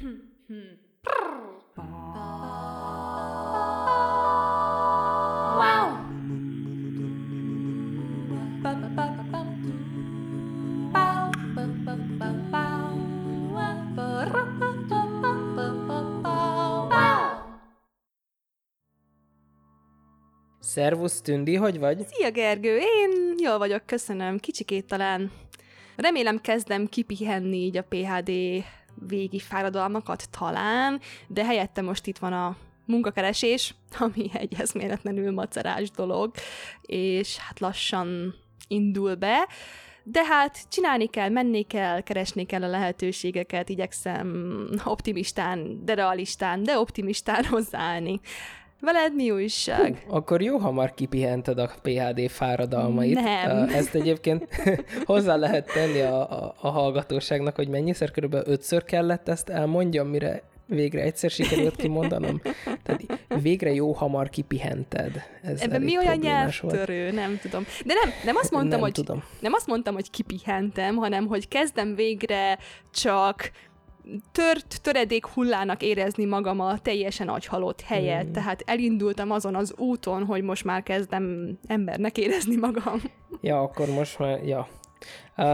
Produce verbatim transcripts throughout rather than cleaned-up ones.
Szervusz, Tündi, hogy vagy? Szia, Gergő! Én jól vagyok, köszönöm. Kicsikét talán. Remélem kezdem kipihenni így a pé há dé végi fáradalmakat talán, de helyette most itt van a munkakeresés, ami egy eszméletlenül macerás dolog, és hát lassan indul be. De hát csinálni kell, menni kell, keresni kell a lehetőségeket, igyekszem optimistán, de realistán, de optimistán hozzáállni. Veled mi újság? Hú, akkor jó hamar kipihented a pé há dé fáradalmait. Nem. Ezt egyébként hozzá lehet tenni a, a, a hallgatóságnak, hogy mennyiszer, körülbelül ötször kellett ezt elmondjam, mire végre egyszer sikerült kimondanom. Tehát végre jó hamar kipihented. Ez ebben mi olyan nyelvtörő? Nem tudom. De nem, nem azt mondtam, nem hogy tudom. nem azt mondtam, hogy kipihentem, hanem hogy kezdem végre csak tört, töredék hullának érezni magam a teljesen agyhalott helyet. Hmm. Tehát elindultam azon az úton, hogy most már kezdem embernek érezni magam. Ja, akkor most már, ja. Uh.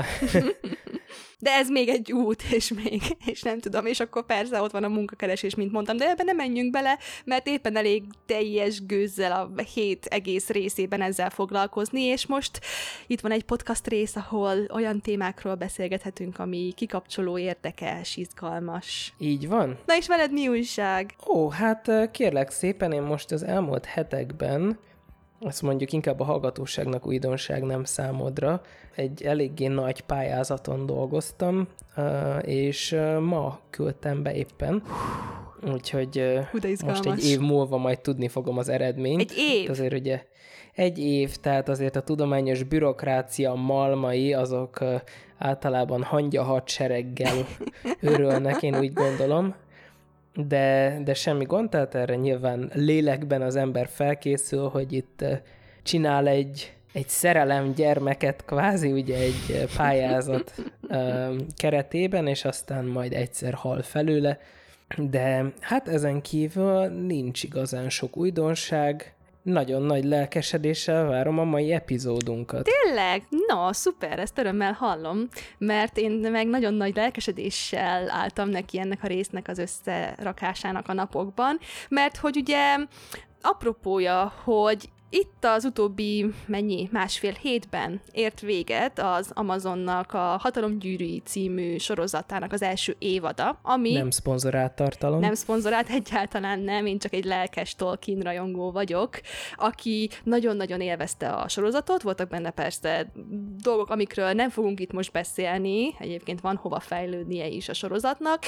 De ez még egy út, és még, és nem tudom, és akkor persze ott van a munkakeresés, mint mondtam, de ebben nem menjünk bele, mert éppen elég teljes gőzzel a hét egész részében ezzel foglalkozni, és most itt van egy podcast rész, ahol olyan témákról beszélgethetünk, ami kikapcsoló, érdekes, izgalmas. Így van. Na és veled mi újság? Ó, hát kérlek szépen, én most az elmúlt hetekben, azt mondjuk inkább a hallgatóságnak újdonság, nem számodra, egy eléggé nagy pályázaton dolgoztam, és ma küldtem be éppen, úgyhogy most egy év múlva majd tudni fogom az eredményt. Egy év? Azért ugye egy év, tehát azért a tudományos bürokrácia malmai, azok általában hangya hadsereggel örülnek, én úgy gondolom. De, de semmi gond, tehát erre nyilván lélekben az ember felkészül, hogy itt csinál egy, egy szerelem gyermeket kvázi ugye egy pályázat keretében, és aztán majd egyszer hal felőle. De hát ezen kívül nincs igazán sok újdonság. Nagyon nagy lelkesedéssel várom a mai epizódunkat. Tényleg? No, szuper, ezt örömmel hallom, mert én meg nagyon nagy lelkesedéssel álltam neki ennek a résznek az összerakásának a napokban, mert hogy ugye apropója, hogy itt az utóbbi, mennyi, másfél hétben ért véget az Amazonnak a Hatalomgyűrűi című sorozatának az első évada, ami... Nem szponzorált tartalom. Nem szponzorált, egyáltalán nem, én csak egy lelkes Tolkien rajongó vagyok, aki nagyon-nagyon élvezte a sorozatot, voltak benne persze dolgok, amikről nem fogunk itt most beszélni, egyébként van hova fejlődnie is a sorozatnak,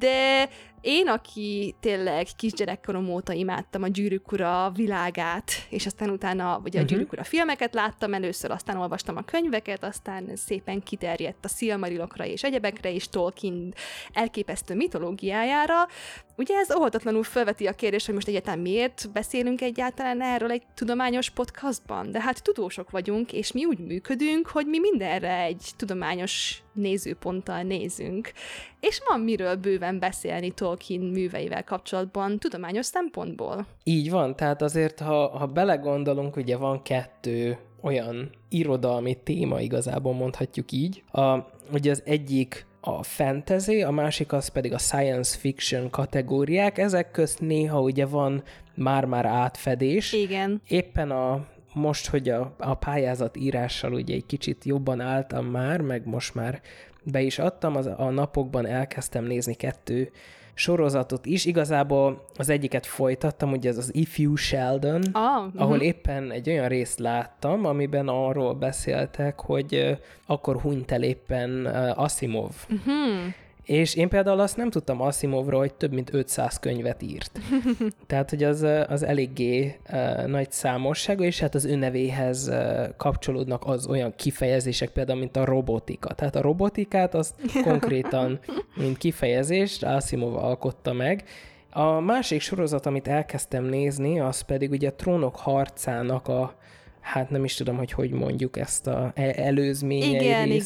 de én, aki tényleg kisgyerekkorom óta imádtam a Gyűrűk Ura világát, és aztán utána ugye a Gyűrűk Ura filmeket láttam először, aztán olvastam a könyveket, aztán szépen kiterjedt a Silmarilokra és egyebekre, és Tolkien elképesztő mitológiájára. Ugye ez óhatatlanul felveti a kérdést, hogy most egyáltalán miért beszélünk egyáltalán erről egy tudományos podcastban? De hát tudósok vagyunk, és mi úgy működünk, hogy mi mindenre egy tudományos nézőponttal nézünk. És van miről bőven beszélni Tolkien műveivel kapcsolatban tudományos szempontból. Így van, tehát azért, ha, ha belegondolunk, ugye van kettő olyan irodalmi téma, igazából mondhatjuk így. A, ugye az egyik a fantasy, a másik az pedig a science fiction kategóriák. Ezek közt néha ugye van már-már átfedés. Igen. Éppen a most, hogy a, a pályázat írással ugye egy kicsit jobban álltam már, meg most már be is adtam, az, a napokban elkezdtem nézni kettő sorozatot is. Igazából az egyiket folytattam, ugye ez az Ifjú Sheldon, oh, uh-huh. ahol éppen egy olyan részt láttam, amiben arról beszéltek, hogy uh, akkor hunyt el éppen uh, Asimov. Uh-huh. És én például azt nem tudtam Asimovról, hogy több mint ötszáz könyvet írt. Tehát, hogy az, az eléggé uh, nagy számossága, és hát az ő nevéhez uh, kapcsolódnak az olyan kifejezések, például, mint a robotika. Tehát a robotikát azt konkrétan, mint kifejezést Asimov alkotta meg. A másik sorozat, amit elkezdtem nézni, az pedig ugye a Trónok harcának a, hát nem is tudom, hogy hogy mondjuk ezt a előzményei igen, része. Igen.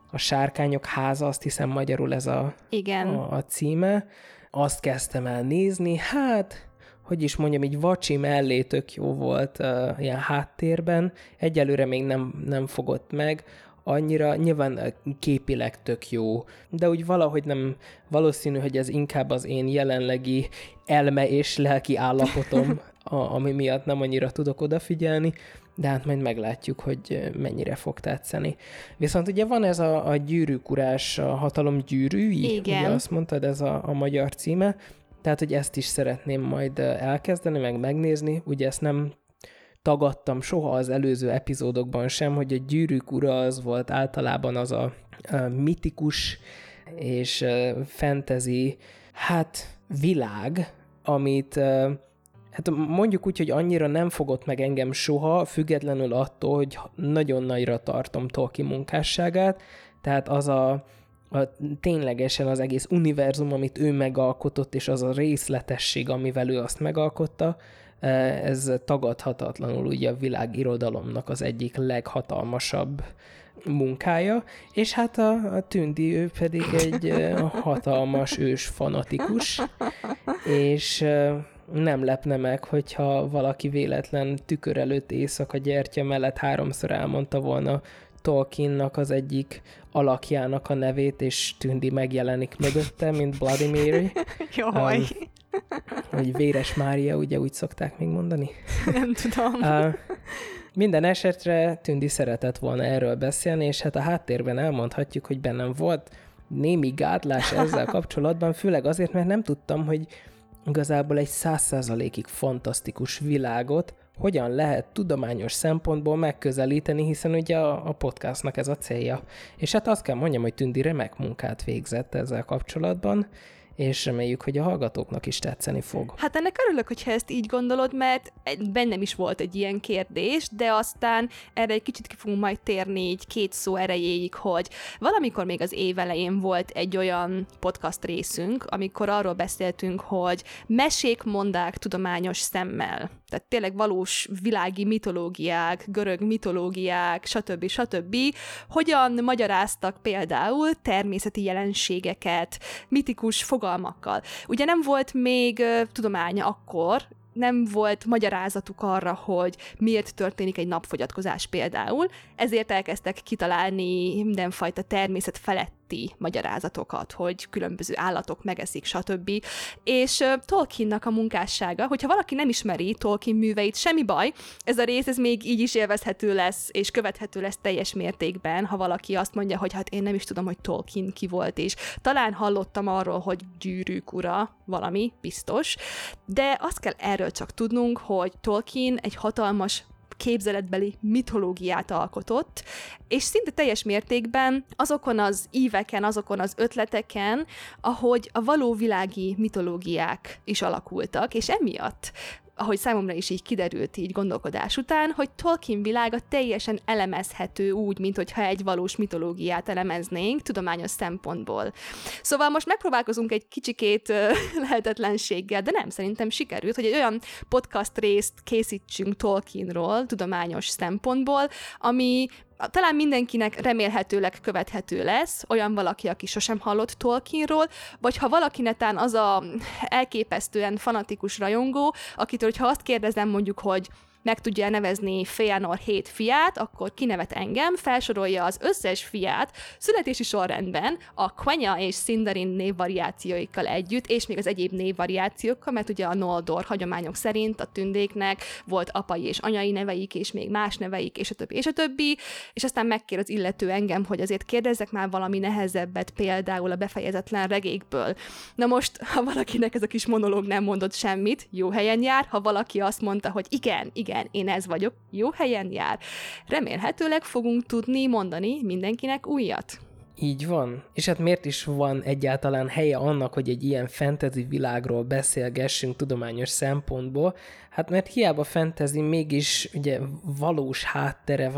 a Sárkányok háza, azt hiszem magyarul ez a, Igen. a, a címe. Azt kezdtem el nézni, hát, hogy is mondjam, így vacsi mellé tök jó volt uh, ilyen háttérben. Egyelőre még nem, nem fogott meg. Annyira, nyilván képileg tök jó, de úgy valahogy nem valószínű, hogy ez inkább az én jelenlegi elme és lelki állapotom, a, ami miatt nem annyira tudok odafigyelni, de hát majd meglátjuk, hogy mennyire fog tetszeni. Viszont ugye van ez a, a gyűrűk urás, a hatalom gyűrűi, igen. ugye azt mondtad, ez a, a magyar címe, tehát hogy ezt is szeretném majd elkezdeni, meg megnézni, ugye ezt nem tagadtam soha az előző epizódokban sem, hogy a Gyűrűk ura az volt általában az a, a mitikus és uh, fantasy, hát világ, amit uh, hát mondjuk úgy, hogy annyira nem fogott meg engem soha, függetlenül attól, hogy nagyon nagyra tartom Tolkien munkásságát, tehát az a, a ténylegesen az egész univerzum, amit ő megalkotott, és az a részletesség, amivel ő azt megalkotta, ez tagadhatatlanul ugye a világirodalomnak az egyik leghatalmasabb munkája, és hát a, a Tündi, ő pedig egy hatalmas ős fanatikus, és nem lepne meg, hogyha valaki véletlen tükör előtt éjszaka gyertya mellett háromszor elmondta volna Tolkiennak az egyik alakjának a nevét, és Tündi megjelenik mögötte, mint Bloody Mary. Jaj! Um, hogy Véres Mária, ugye úgy szokták még mondani? Nem tudom. Uh, minden esetre Tündi szeretett volna erről beszélni, és hát a háttérben elmondhatjuk, hogy bennem volt némi gátlás ezzel kapcsolatban, főleg azért, mert nem tudtam, hogy igazából egy száz százalékig fantasztikus világot hogyan lehet tudományos szempontból megközelíteni, hiszen ugye a, a podcastnak ez a célja. És hát azt kell mondjam, hogy Tündi remek munkát végzett ezzel kapcsolatban, és reméljük, hogy a hallgatóknak is tetszeni fog. Hát ennek örülök, hogyha ezt így gondolod, mert bennem is volt egy ilyen kérdés, de aztán erre egy kicsit ki fogunk majd térni így két szó erejéig, hogy valamikor még az év elején volt egy olyan podcast részünk, amikor arról beszéltünk, hogy mesék, mondák tudományos szemmel. Tehát tényleg valós világi mitológiák, görög mitológiák, stb. stb. Hogyan magyaráztak például természeti jelenségeket, mitikus fogalmakkal. Ugye nem volt még uh, tudomány akkor, nem volt magyarázatuk arra, hogy miért történik egy napfogyatkozás például, ezért elkezdtek kitalálni mindenfajta természet feletti magyarázatokat, hogy különböző állatok megeszik, stb. És uh, Tolkiennak a munkássága, hogyha valaki nem ismeri Tolkien műveit, semmi baj, ez a rész ez még így is élvezhető lesz, és követhető lesz teljes mértékben, ha valaki azt mondja, hogy hát én nem is tudom, hogy Tolkien ki volt, és talán hallottam arról, hogy Gyűrűk ura, valami, biztos, de azt kell erről csak tudnunk, hogy Tolkien egy hatalmas képzeletbeli mitológiát alkotott, és szinte teljes mértékben azokon az íveken, azokon az ötleteken, ahogy a való világi mitológiák is alakultak, és emiatt ahogy számomra is így kiderült így gondolkodás után, hogy Tolkien világa teljesen elemezhető úgy, mint hogyha egy valós mitológiát elemeznénk tudományos szempontból. Szóval most megpróbálkozunk egy kicsikét uh, lehetetlenséggel, de nem, szerintem sikerült, hogy egy olyan podcast részt készítsünk Tolkienról tudományos szempontból, ami talán mindenkinek remélhetőleg követhető lesz, olyan valaki, aki sosem hallott Tolkienról, vagy ha valaki netán az a elképesztően fanatikus rajongó, akitől, hogyha azt kérdezem mondjuk, hogy meg tudja nevezni Fëanor hét fiát, akkor kinevet engem, felsorolja az összes fiát születési sorrendben a Quenya és Sindarin névvariációikkal együtt, és még az egyéb névvariációkkal, mert ugye a Noldor hagyományok szerint a tündéknek volt apai és anyai neveik, és még más neveik, és a többi, és a többi, és aztán megkér az illető engem, hogy azért kérdezzek már valami nehezebbet, például a befejezetlen regékből. Na most, ha valakinek ez a kis monológ nem mondott semmit, jó helyen jár, ha valaki azt mondta, hogy igen, igen, én ez vagyok, jó helyen jár. Remélhetőleg fogunk tudni mondani mindenkinek újat. Így van. És hát miért is van egyáltalán helye annak, hogy egy ilyen fantasy világról beszélgessünk tudományos szempontból? Hát mert hiába fantasy, mégis ugye valós háttere van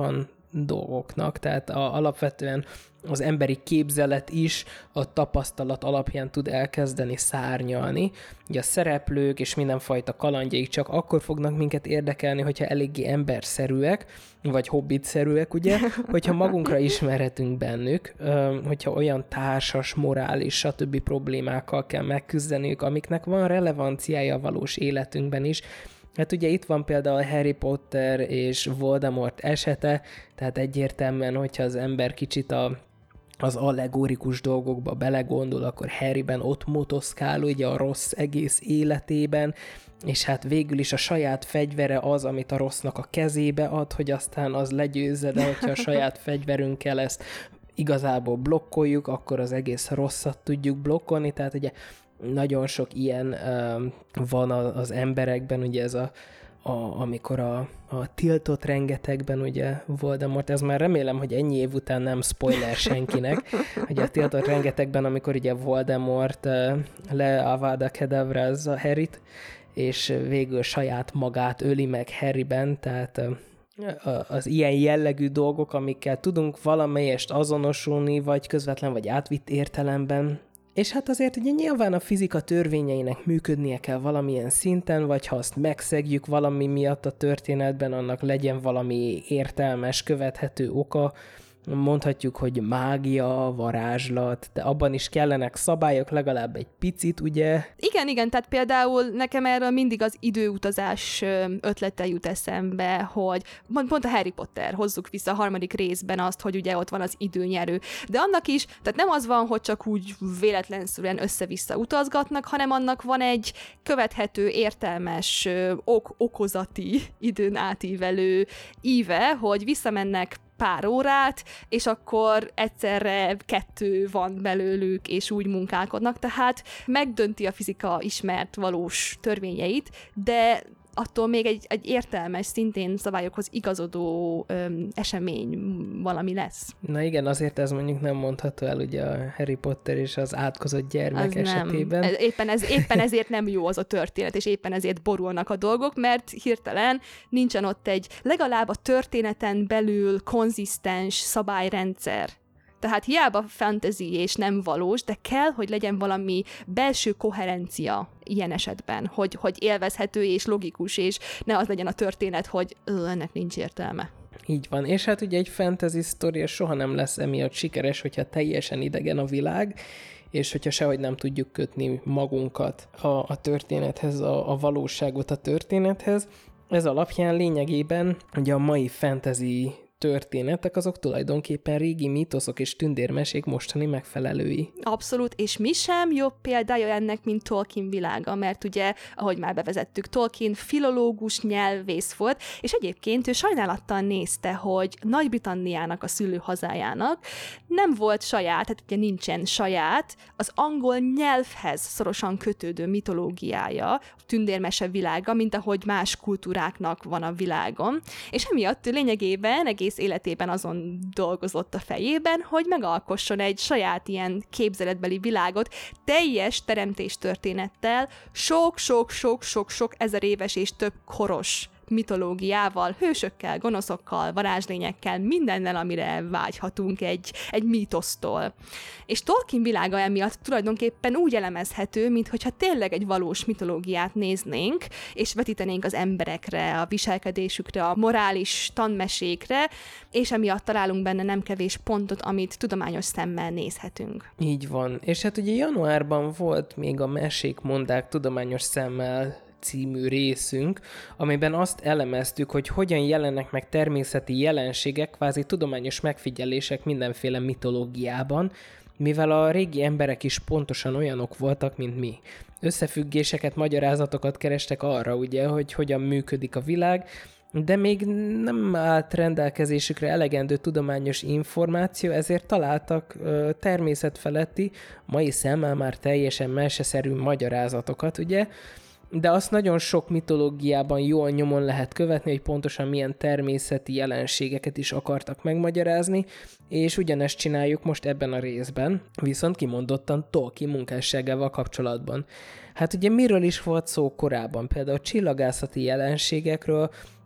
dolgoknak, tehát a, alapvetően az emberi képzelet is a tapasztalat alapján tud elkezdeni szárnyalni. Ugye a szereplők és mindenfajta kalandjaik csak akkor fognak minket érdekelni, hogyha eléggé emberszerűek, vagy hobbitszerűek, ugye, hogyha magunkra ismerhetünk bennük, hogyha olyan társas, morális, stb. Problémákkal kell megküzdeniük, amiknek van relevanciája a valós életünkben is. Hát ugye itt van például Harry Potter és Voldemort esete, tehát egyértelműen, hogyha az ember kicsit a az allegorikus dolgokba belegondol, akkor Harryben ott motoszkál ugye a rossz egész életében, és hát végül is a saját fegyvere az, amit a rossznak a kezébe ad, hogy aztán az legyőzze, de hogyha a saját fegyverünkkel ezt igazából blokkoljuk, akkor az egész rosszat tudjuk blokkolni, tehát ugye nagyon sok ilyen uh, van az emberekben, ugye ez a A, amikor a, a tiltott rengetegben ugye Voldemort, ez már remélem, hogy ennyi év után nem spoiler senkinek, ugye a tiltott rengetegben, amikor ugye Voldemort uh, le Avada Kedavra-zza Harryt, és végül saját magát öli meg Harryben, tehát uh, az ilyen jellegű dolgok, amikkel tudunk valamelyest azonosulni, vagy közvetlen, vagy átvitt értelemben. És hát azért ugye nyilván a fizika törvényeinek működnie kell valamilyen szinten, vagy ha azt megszegjük valami miatt a történetben, annak legyen valami értelmes, követhető oka. Mondhatjuk, hogy mágia, varázslat, de abban is kellenek szabályok, legalább egy picit, ugye? Igen, igen, tehát például nekem erről mindig az időutazás ötlete jut eszembe, hogy pont a Harry Potter, hozzuk vissza a harmadik részben azt, hogy ugye ott van az időnyerő. De annak is, tehát nem az van, hogy csak úgy véletlenszerűen össze-vissza utazgatnak, hanem annak van egy követhető, értelmes, ok- okozati, időn átívelő íve, hogy visszamennek pár órát, és akkor egyszerre kettő van belőlük, és úgy munkálkodnak, tehát megdönti a fizika ismert valós törvényeit, de attól még egy, egy értelmes, szintén szabályokhoz igazodó öm, esemény valami lesz. Na igen, azért ez mondjuk nem mondható el ugye a Harry Potter és az átkozott gyermek az esetében. Nem. Éppen, ez, éppen ezért nem jó az a történet, és éppen ezért borulnak a dolgok, mert hirtelen nincsen ott egy legalább a történeten belül konzisztens szabályrendszer. Tehát hiába fantasy és nem valós, de kell, hogy legyen valami belső koherencia ilyen esetben, hogy, hogy élvezhető és logikus, és ne az legyen a történet, hogy ennek nincs értelme. Így van, és hát ugye egy fantasy sztoria soha nem lesz emiatt sikeres, hogyha teljesen idegen a világ, és hogyha sehogy nem tudjuk kötni magunkat a, a történethez, a, a valóságot a történethez. Ez alapján lényegében ugye a mai fantasy történetek, azok tulajdonképpen régi mítoszok és tündérmesék mostani megfelelői. Abszolút, és mi sem jobb példája ennek, mint Tolkien világa, mert ugye, ahogy már bevezettük, Tolkien filológus, nyelvész volt, és egyébként ő sajnálattal nézte, hogy Nagy-Britanniának, a szülőhazájának nem volt saját, tehát ugye nincsen saját, az angol nyelvhez szorosan kötődő mitológiája, tündérmese világa, mint ahogy más kultúráknak van a világon, és emiatt lényegében egész életében azon dolgozott a fejében, hogy megalkosson egy saját ilyen képzeletbeli világot, teljes teremtéstörténettel, sok-sok-sok-sok-sok ezer éves és több koros mitológiával, hősökkel, gonoszokkal, varázslényekkel, mindennel, amire vágyhatunk egy, egy mítosztól. És Tolkien világa emiatt tulajdonképpen úgy elemezhető, minthogyha tényleg egy valós mitológiát néznénk, és vetítenénk az emberekre, a viselkedésükre, a morális tanmesékre, és emiatt találunk benne nem kevés pontot, amit tudományos szemmel nézhetünk. Így van. És hát ugye januárban volt még a Mesék mondák tudományos szemmel című részünk, amiben azt elemeztük, hogy hogyan jelennek meg természeti jelenségek, kvázi tudományos megfigyelések mindenféle mitológiában, mivel a régi emberek is pontosan olyanok voltak, mint mi. Összefüggéseket, magyarázatokat kerestek arra, ugye, hogy hogyan működik a világ, de még nem állt rendelkezésükre elegendő tudományos információ, ezért találtak ö, természetfeletti, mai szemmel már teljesen meseszerű magyarázatokat, ugye, de azt nagyon sok mitológiában jól nyomon lehet követni, hogy pontosan milyen természeti jelenségeket is akartak megmagyarázni, és ugyanezt csináljuk most ebben a részben, viszont kimondottan Tolkien munkásságával kapcsolatban. Hát ugye miről is volt szó korábban? Például a csillagászati jelenségekről,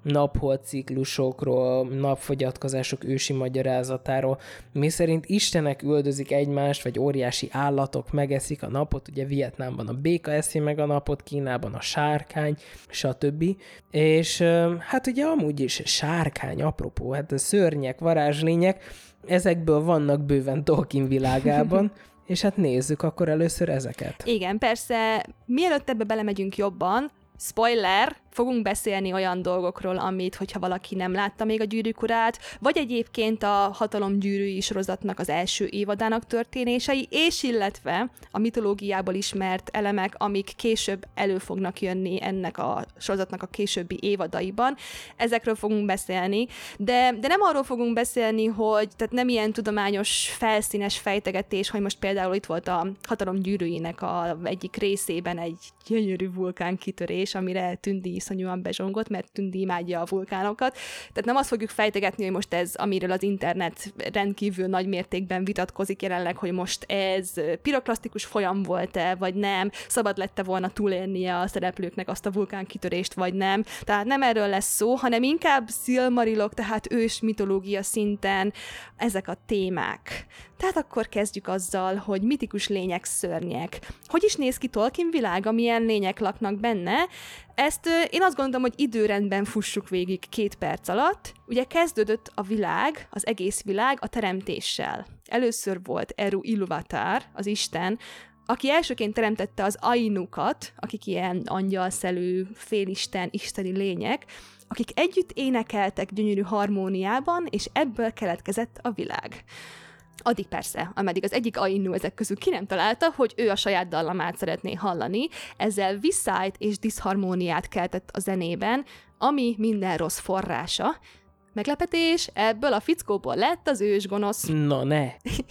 napholdciklusokról, napfogyatkozások ősi magyarázatáról, mi szerint istenek üldözik egymást, vagy óriási állatok megeszik a napot, ugye Vietnámban a béka eszi meg a napot, Kínában a sárkány, stb. És hát ugye amúgy is sárkány, apropó, hát a szörnyek, varázslények, ezekből vannak bőven Tolkien világában, és hát nézzük akkor először ezeket. Igen, persze, mielőtt ebbe belemegyünk jobban, spoiler, fogunk beszélni olyan dolgokról, amit, hogyha valaki nem látta még a Gyűrűk urát, vagy egyébként a Hatalom gyűrűi sorozatnak az első évadának történései, és illetve a mitológiából ismert elemek, amik később elő fognak jönni ennek a sorozatnak a későbbi évadaiban. Ezekről fogunk beszélni, de, de nem arról fogunk beszélni, hogy tehát nem ilyen tudományos, felszínes fejtegetés, hogy most például itt volt a Hatalom gyűrűinek a egyik részében egy gyönyörű vulkánkitörés, amire Tündi iszonyúan bezsongott, mert Tündi imádja a vulkánokat. Tehát nem azt fogjuk fejtegetni, hogy most ez, amiről az internet rendkívül nagy mértékben vitatkozik jelenleg, hogy most ez piroklasztikus folyam volt-e, vagy nem, szabad lette volna túlélnie a szereplőknek azt a vulkánkitörést, vagy nem. Tehát nem erről lesz szó, hanem inkább Silmarilok, tehát ős mitológia szinten ezek a témák. Tehát akkor kezdjük azzal, hogy mitikus lények, szörnyek. Hogy is néz ki Tolkien világa, milyen lények laknak benne? Ezt én azt gondolom, hogy időrendben fussuk végig két perc alatt. Ugye kezdődött a világ, az egész világ a teremtéssel. Először volt Eru Ilúvatar, az Isten, aki elsőként teremtette az Ainukat, akik ilyen angyalszelő, félisten, isteni lények, akik együtt énekeltek gyönyörű harmóniában, és ebből keletkezett a világ. Addig persze, ameddig az egyik Ainu ezek közül ki nem találta, hogy ő a saját dallamát szeretné hallani, ezzel visszájt és diszharmóniát keltett a zenében, ami minden rossz forrása. Meglepetés, ebből a fickóból lett az ős gonosz. Na ne!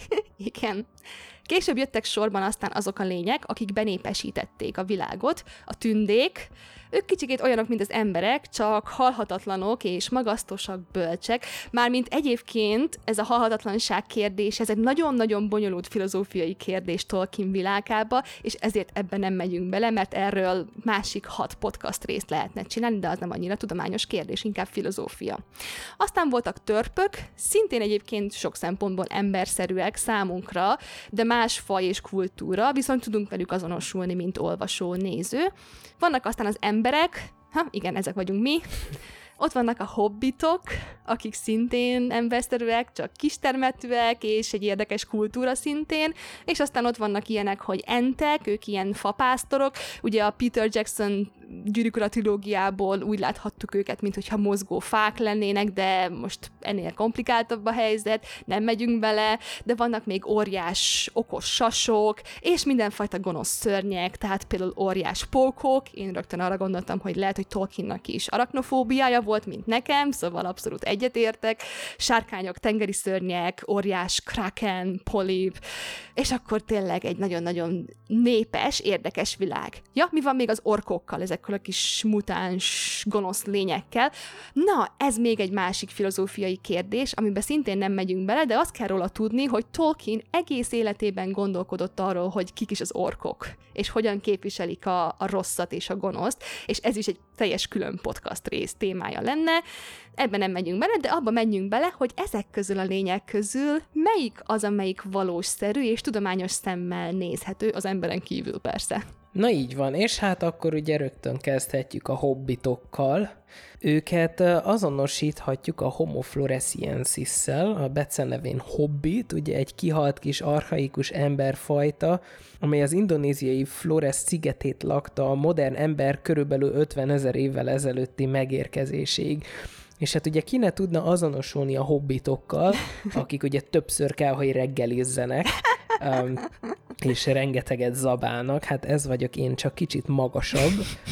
Igen. Később jöttek sorban aztán azok a lények, akik benépesítették a világot, a tündék. Ők kicsikét olyanok, mint az emberek, csak halhatatlanok és magasztosak, bölcsek. Mármint egyébként ez a halhatatlanság kérdés, ez egy nagyon-nagyon bonyolult filozófiai kérdés Tolkien világába, és ezért ebben nem megyünk bele, mert erről másik hat podcast részt lehetne csinálni, de az nem annyira tudományos kérdés, inkább filozófia. Aztán voltak törpök, szintén egyébként sok szempontból emberszerűek számunkra, de más faj és kultúra, viszont tudunk velük azonosulni, mint olvasó, néző. Vannak aztán az emberek, ha, igen, ezek vagyunk mi. Ott vannak a hobbitok, akik szintén emberszerűek, csak kistermetűek, és egy érdekes kultúra szintén, és aztán ott vannak ilyenek, hogy entek, ők ilyen fapásztorok, ugye a Peter Jackson Gyűrűk ura trilógiából úgy láthattuk őket, mintha mozgó fák lennének, de most ennél komplikáltabb a helyzet, nem megyünk bele, de vannak még óriás okos sasok, és mindenfajta gonosz szörnyek, tehát például óriás pókok, én rögtön arra gondoltam, hogy lehet, hogy Tolkiennak is arachnofóbiája volt, mint nekem, szóval abszolút egyetértek, sárkányok, tengeri szörnyek, óriás kraken, polip, és akkor tényleg egy nagyon-nagyon népes, érdekes világ. Ja, mi van még az orkokkal, ezekkel a kis mutáns, gonosz lényekkel? Na, ez még egy másik filozófiai kérdés, amiben szintén nem megyünk bele, de azt kell róla tudni, hogy Tolkien egész életében gondolkodott arról, hogy kik is az orkok, és hogyan képviselik a, a rosszat és a gonoszt, és ez is egy teljes külön podcast rész témája lenne. Ebben nem megyünk bele, de abba menjünk bele, hogy ezek közül a lények közül melyik az, amelyik valósszerű és tudományos szemmel nézhető, az emberen kívül persze. Na így van, és hát akkor ugye rögtön kezdhetjük a hobbitokkal. Őket azonosíthatjuk a Homo floresiensis-szel, a becenevén hobbit, ugye egy kihalt kis archaikus emberfajta, amely az indonéziai Flores szigetét lakta a modern ember körülbelül ötvenezer évvel ezelőtti megérkezéséig. És hát ugye ki ne tudna azonosulni a hobbitokkal, akik ugye többször kell, hogy reggelizzenek, um, és rengeteget zabálnak, hát ez vagyok én, csak kicsit magasabb.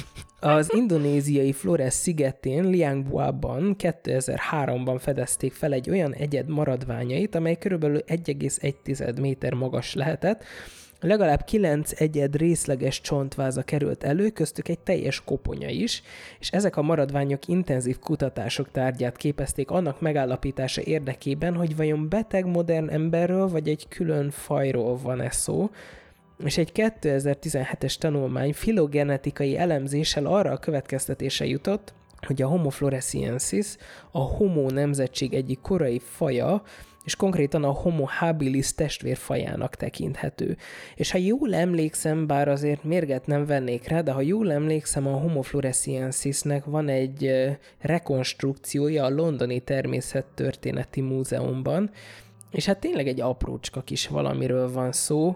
Az indonéziai Flores szigetén, Liangbuában kétezer-háromban fedezték fel egy olyan egyed maradványait, amely körülbelül egy egész egy méter magas lehetett. Legalább kilenc egyed részleges csontváza került elő, köztük egy teljes koponya is, és ezek a maradványok intenzív kutatások tárgyát képezték annak megállapítása érdekében, hogy vajon beteg modern emberről vagy egy külön fajról van-e szó, és egy kétezer-tizenhetes tanulmány filogenetikai elemzéssel arra a következtetése jutott, hogy a Homo floresiensis a Homo nemzetség egyik korai faja, és konkrétan a Homo habilis testvérfajának tekinthető. És ha jól emlékszem, bár azért mérget nem vennék rá, de ha jól emlékszem, a Homo floresiensisnek van egy rekonstrukciója a Londoni Természettörténeti Múzeumban, és hát tényleg egy aprócska kis valamiről van szó,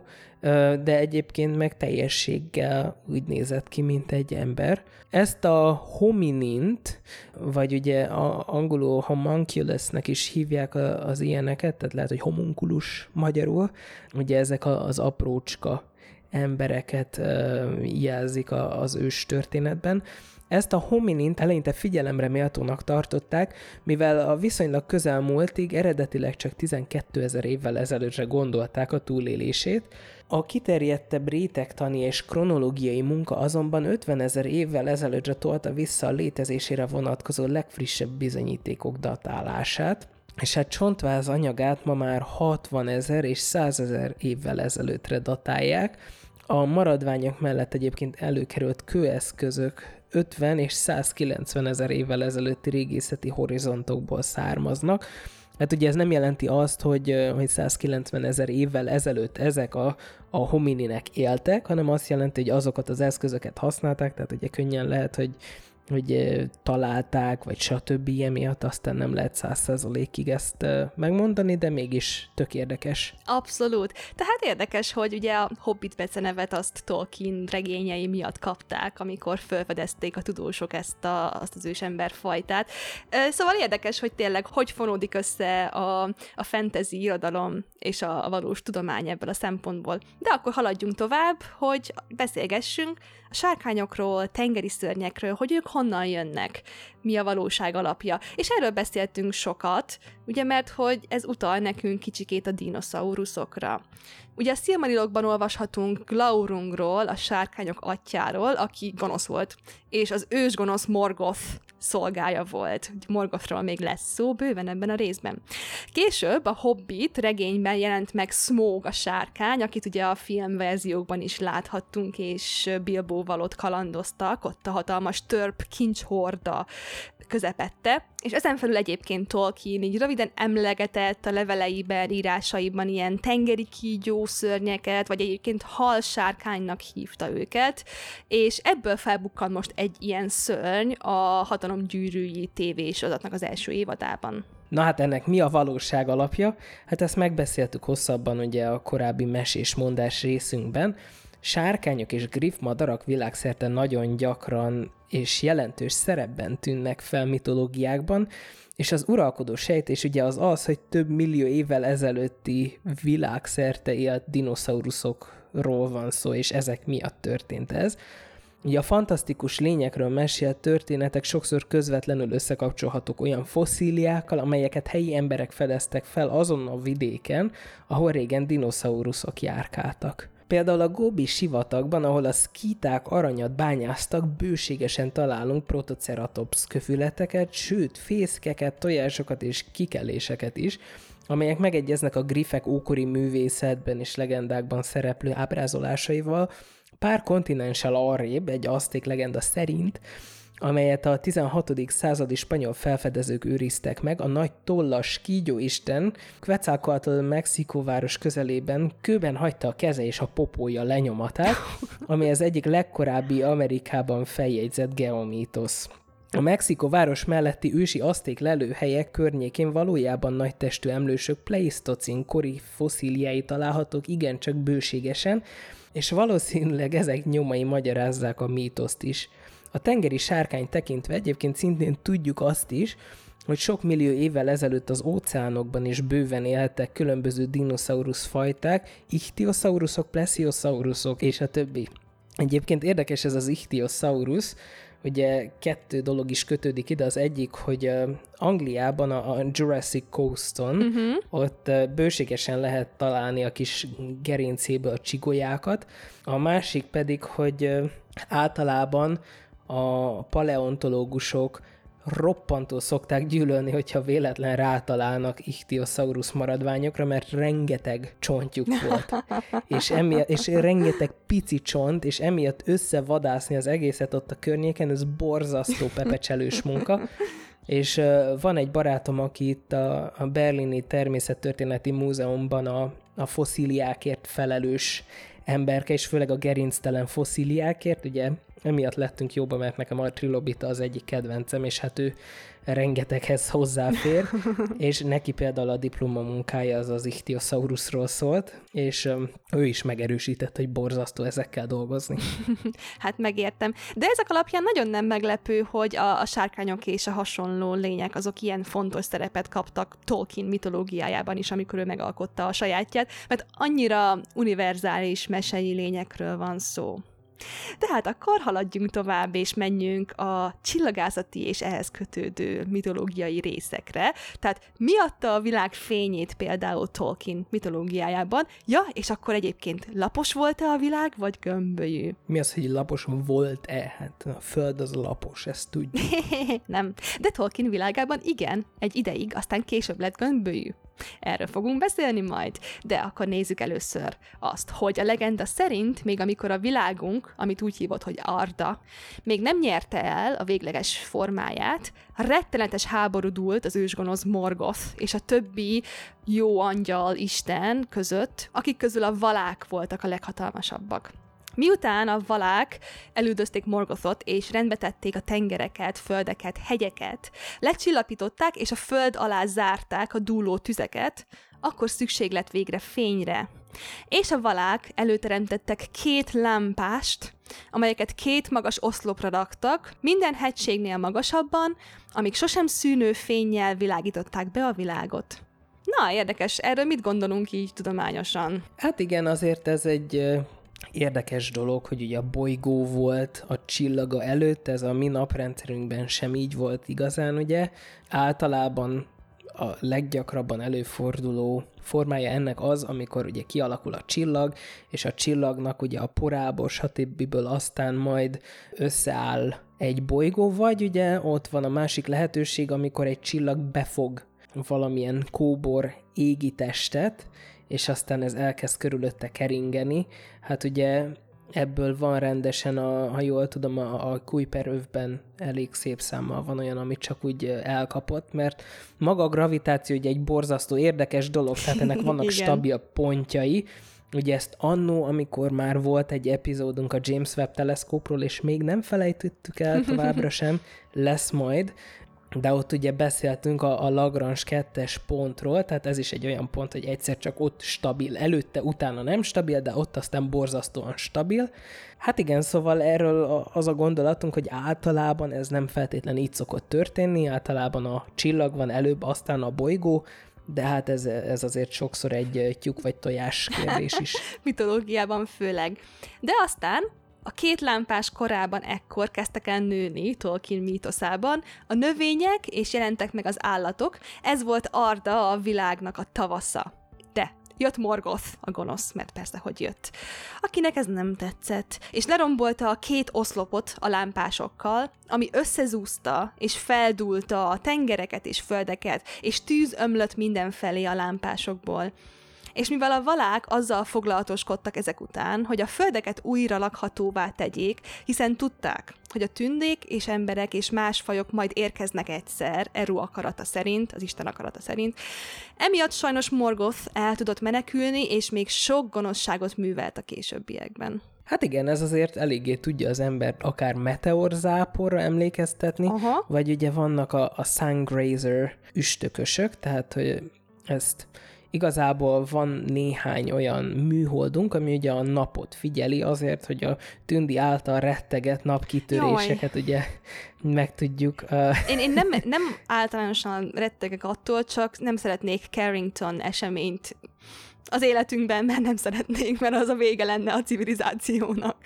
de egyébként meg teljességgel úgy nézett ki, mint egy ember. Ezt a hominint, vagy ugye a angolul homunculusnek is hívják az ilyeneket, tehát lehet, hogy homunculus magyarul, ugye ezek az aprócska embereket jelzik az ős történetben. Ezt a hominint eleinte figyelemre méltónak tartották, mivel a viszonylag közelmúltig eredetileg csak tizenkétezer évvel ezelőttre gondolták a túlélését. A kiterjedtebb rétegtani és kronológiai munka azonban ötvenezer évvel ezelőttre tolta vissza a létezésére vonatkozó legfrissebb bizonyítékok datálását, és hát csontváz anyagát ma már hatvanezer és százezer évvel ezelőttre datálják. A maradványok mellett egyébként előkerült kőeszközök ötven és százkilencven ezer évvel ezelőtti régészeti horizontokból származnak. Hát ugye ez nem jelenti azt, hogy, hogy százkilencven ezer évvel ezelőtt ezek a, a homininek éltek, hanem azt jelenti, hogy azokat az eszközöket használták, tehát ugye könnyen lehet, hogy hogy találták, vagy stb. Emiatt aztán nem lehet száz százalékig ezt megmondani, de mégis tök érdekes. Abszolút. Tehát érdekes, hogy ugye a Hobbit becenevet azt Tolkien regényei miatt kapták, amikor felfedezték a tudósok ezt a, azt az ősemberfajtát. Szóval érdekes, hogy tényleg hogy fonódik össze a, a fantasy irodalom és a, a valós tudomány ebből a szempontból. De akkor haladjunk tovább, hogy beszélgessünk a sárkányokról, tengeri szörnyekről, hogy ők honnan jönnek, mi a valóság alapja. És erről beszéltünk sokat, ugye, mert hogy ez utal nekünk kicsikét a dinoszauruszokra. Ugye a Silmarillokban olvashatunk Glaurungról, a sárkányok atyjáról, aki gonosz volt, és az ősgonosz Morgoth szolgája volt. Morgothról még lesz szó bőven ebben a részben. Később a Hobbit regényben jelent meg Smaug a sárkány, akit ugye a filmverziókban is láthattunk, és Bilbóval ott kalandoztak, ott a hatalmas törp kincshorda közepette, és ezen felül egyébként Tolkien így röviden emlegetett a leveleiben, írásaiban ilyen tengeri kígyószörnyeket, vagy egyébként halsárkánynak hívta őket, és ebből felbukkan most egy ilyen szörny a Hatalom gyűrűi tévésorozatnak az első évadában. Na hát ennek mi a valóság alapja? Hát ezt megbeszéltük hosszabban ugye a korábbi mesés-mondás részünkben. Sárkányok és griffmadarak világszerte nagyon gyakran és jelentős szerepben tűnnek fel mitológiákban, és az uralkodó sejtés ugye az az, hogy több millió évvel ezelőtti világszerte élt dinoszauruszokról van szó, és ezek miatt történt ez. Ugye a fantasztikus lényekről mesélt történetek sokszor közvetlenül összekapcsolhatók olyan fosszíliákkal, amelyeket helyi emberek fedeztek fel azon a vidéken, ahol régen dinoszauruszok járkáltak. Például a Gobi sivatagban, ahol a szkíták aranyat bányáztak, bőségesen találunk protoceratops kövületeket, sőt fészkeket, tojásokat és kikeléseket is, amelyek megegyeznek a griffek ókori művészetben és legendákban szereplő ábrázolásaival, pár kontinenssel arrébb egy azték legenda szerint, amelyet a tizenhatodik századi spanyol felfedezők őriztek meg, a nagy tollas kígyóisten Quetzalcoatl Mexikóváros közelében kőben hagyta a keze és a popója lenyomatát, ami az egyik legkorábbi Amerikában feljegyzett geomítosz. A Mexikó város melletti ősi azték lelőhelyek környékén valójában nagytestű emlősök pleisztocén kori fosszíliái találhatók igencsak bőségesen, és valószínűleg ezek nyomai magyarázzák a mítoszt is. A tengeri sárkány tekintve egyébként szintén tudjuk azt is, hogy sok millió évvel ezelőtt az óceánokban is bőven éltek különböző dinoszaurusz fajták, ichthyosaurusok, plesiosaurusok és a többi. Egyébként érdekes ez az ichthyosaurus, ugye kettő dolog is kötődik ide, az egyik, hogy Angliában a Jurassic Coaston uh-huh. ott bőségesen lehet találni a kis gerincéből a csigolyákat, a másik pedig, hogy általában a paleontológusok roppantól szokták gyűlölni, hogyha véletlen rátalálnak Ichthyosaurus maradványokra, mert rengeteg csontjuk volt. és, emiatt, és rengeteg pici csont, és emiatt összevadászni az egészet ott a környéken, ez borzasztó pepecselős munka. És uh, van egy barátom, aki itt a, a Berlini Természettörténeti Múzeumban a, a fosszíliákért felelős emberke, és főleg a gerinctelen fosszíliákért, ugye emiatt lettünk jóba, mert nekem a trilobita az egyik kedvencem, és hát ő rengeteghez hozzáfér, és neki például a diplomamunkája az az Ichthyosaurusról szólt, és um, ő is megerősített, hogy borzasztó ezekkel dolgozni. Hát megértem. De ezek alapján nagyon nem meglepő, hogy a, a sárkányok és a hasonló lények azok ilyen fontos szerepet kaptak Tolkien mitológiájában is, amikor ő megalkotta a sajátját, mert annyira univerzális mesei lényekről van szó. Tehát akkor haladjunk tovább, és menjünk a csillagászati és ehhez kötődő mitológiai részekre. Tehát mi adta a világ fényét például Tolkien mitológiájában? Ja, és akkor egyébként lapos volt-e a világ, vagy gömbölyű? Mi az, hogy lapos volt-e? Hát a föld az lapos, ezt tudjuk. Nem, de Tolkien világában igen, egy ideig, aztán később lett gömbölyű. Erről fogunk beszélni majd, de akkor nézzük először azt, hogy a legenda szerint, még amikor a világunk, amit úgy hívott, hogy Arda, még nem nyerte el a végleges formáját, rettenetes háború dúlt az ősgonosz Morgoth és a többi jó angyal isten között, akik közül a valák voltak a leghatalmasabbak. Miután a valák elüldözték Morgothot, és rendbe tették a tengereket, földeket, hegyeket, lecsillapították, és a föld alá zárták a dúló tüzeket, akkor szükség lett végre fényre. És a valák előteremtettek két lámpást, amelyeket két magas oszlopra raktak, minden hegységnél magasabban, amíg sosem szűnő fénnyel világították be a világot. Na, érdekes, erről mit gondolunk így tudományosan? Hát igen, azért ez egy érdekes dolog, hogy ugye a bolygó volt a csillaga előtt, ez a mi naprendszerünkben sem így volt igazán, ugye. Általában a leggyakrabban előforduló formája ennek az, amikor ugye kialakul a csillag, és a csillagnak ugye a porából, stb. Aztán majd összeáll egy bolygó, vagy ugye ott van a másik lehetőség, amikor egy csillag befog valamilyen kóbor égi testet, és aztán ez elkezd körülötte keringeni. Hát ugye ebből van rendesen, a, ha jól tudom, a, a Kuiper-övben elég szép számmal van olyan, amit csak úgy elkapott, mert maga a gravitáció ugye egy borzasztó érdekes dolog, tehát ennek vannak stabil pontjai. Ugye ezt annó, amikor már volt egy epizódunk a James Webb teleszkópról, és még nem felejtettük el továbbra sem, lesz majd, de ott ugye beszéltünk a, a Lagrange kettes pontról, tehát ez is egy olyan pont, hogy egyszer csak ott stabil, előtte, utána nem stabil, de ott aztán borzasztóan stabil. Hát igen, szóval erről az a gondolatunk, hogy általában ez nem feltétlenül így szokott történni, általában a csillag van előbb, aztán a bolygó, de hát ez, ez azért sokszor egy tyúk vagy tojás kérdés is. Mitológiában főleg. De aztán a két lámpás korában ekkor kezdtek el nőni Tolkien mítoszában a növények, és jelentek meg az állatok. Ez volt Arda, a világnak a tavasza. De jött Morgoth, a gonosz, mert persze, hogy jött, akinek ez nem tetszett, és lerombolta a két oszlopot a lámpásokkal, ami összezúzta és feldúlta a tengereket és földeket, és tűz ömlött mindenfelé a lámpásokból. És mivel a valák azzal foglalatoskodtak ezek után, hogy a földeket újra lakhatóvá tegyék, hiszen tudták, hogy a tündék és emberek és más fajok majd érkeznek egyszer, Eru akarata szerint, az Isten akarata szerint, emiatt sajnos Morgoth el tudott menekülni, és még sok gonoszságot művelt a későbbiekben. Hát igen, ez azért eléggé tudja az embert akár meteorzáporra emlékeztetni, aha, vagy ugye vannak a, a Sungrazer üstökösök, tehát hogy ezt igazából van néhány olyan műholdunk, ami ugye a napot figyeli azért, hogy a tündi által retteget napkitöréseket Jaj. ugye meg tudjuk. Uh... Én, én nem, nem általánosan rettegek attól, csak nem szeretnék Carrington eseményt az életünkben, mert nem szeretnék, mert az a vége lenne a civilizációnak.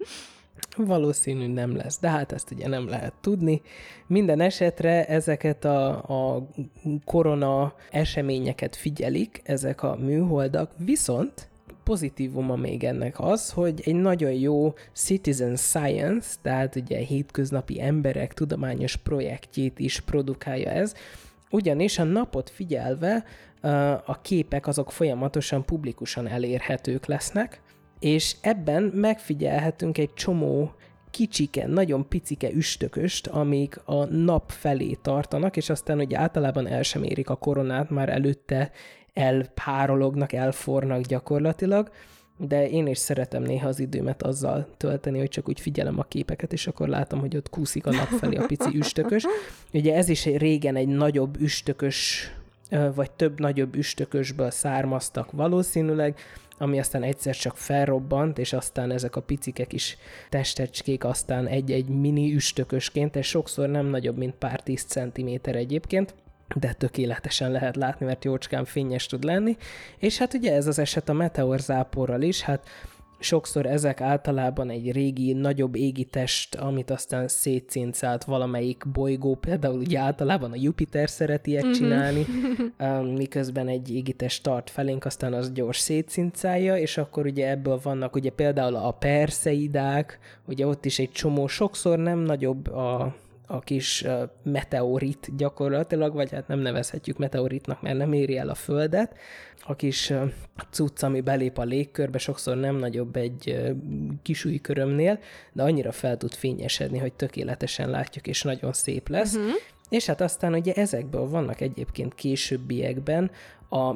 Valószínű nem lesz, de hát ezt ugye nem lehet tudni. Minden esetre ezeket a, a korona eseményeket figyelik, ezek a műholdak, viszont pozitívuma még ennek az, hogy egy nagyon jó citizen science, tehát ugye hétköznapi emberek tudományos projektjét is produkálja ez, ugyanis a napot figyelve a képek azok folyamatosan publikusan elérhetők lesznek, és ebben megfigyelhetünk egy csomó kicsike, nagyon picike üstököst, amik a nap felé tartanak, és aztán ugye általában el sem érik a koronát, már előtte elpárolognak, elfornak gyakorlatilag, de én is szeretem néha az időmet azzal tölteni, hogy csak úgy figyelem a képeket, és akkor látom, hogy ott kúszik a nap felé a pici üstökös. Ugye ez is régen egy nagyobb üstökös, vagy több nagyobb üstökösből származtak valószínűleg, ami aztán egyszer csak felrobbant, és aztán ezek a picikek is testecskék aztán egy-egy mini üstökösként, ez sokszor nem nagyobb, mint pár tíz centiméter egyébként, de tökéletesen lehet látni, mert jócskán fényes tud lenni. És hát ugye ez az eset a meteorzáporral is, hát sokszor ezek általában egy régi, nagyobb égitest, amit aztán szétcincált valamelyik bolygó, például ugye általában a Jupiter szereti ilyet csinálni, mm-hmm. miközben egy égitest tart felénk, aztán az gyors szétcincálja, és akkor ugye ebből vannak ugye például a Perseidák, ugye ott is egy csomó, sokszor nem nagyobb a a kis uh, meteorit gyakorlatilag, vagy hát nem nevezhetjük meteoritnak, mert nem éri el a Földet. A kis uh, cucc, ami belép a légkörbe, sokszor nem nagyobb egy uh, kisújkörömnél, de annyira fel tud fényesedni, hogy tökéletesen látjuk, és nagyon szép lesz. Uh-huh. És hát aztán ugye ezekből vannak egyébként későbbiekben a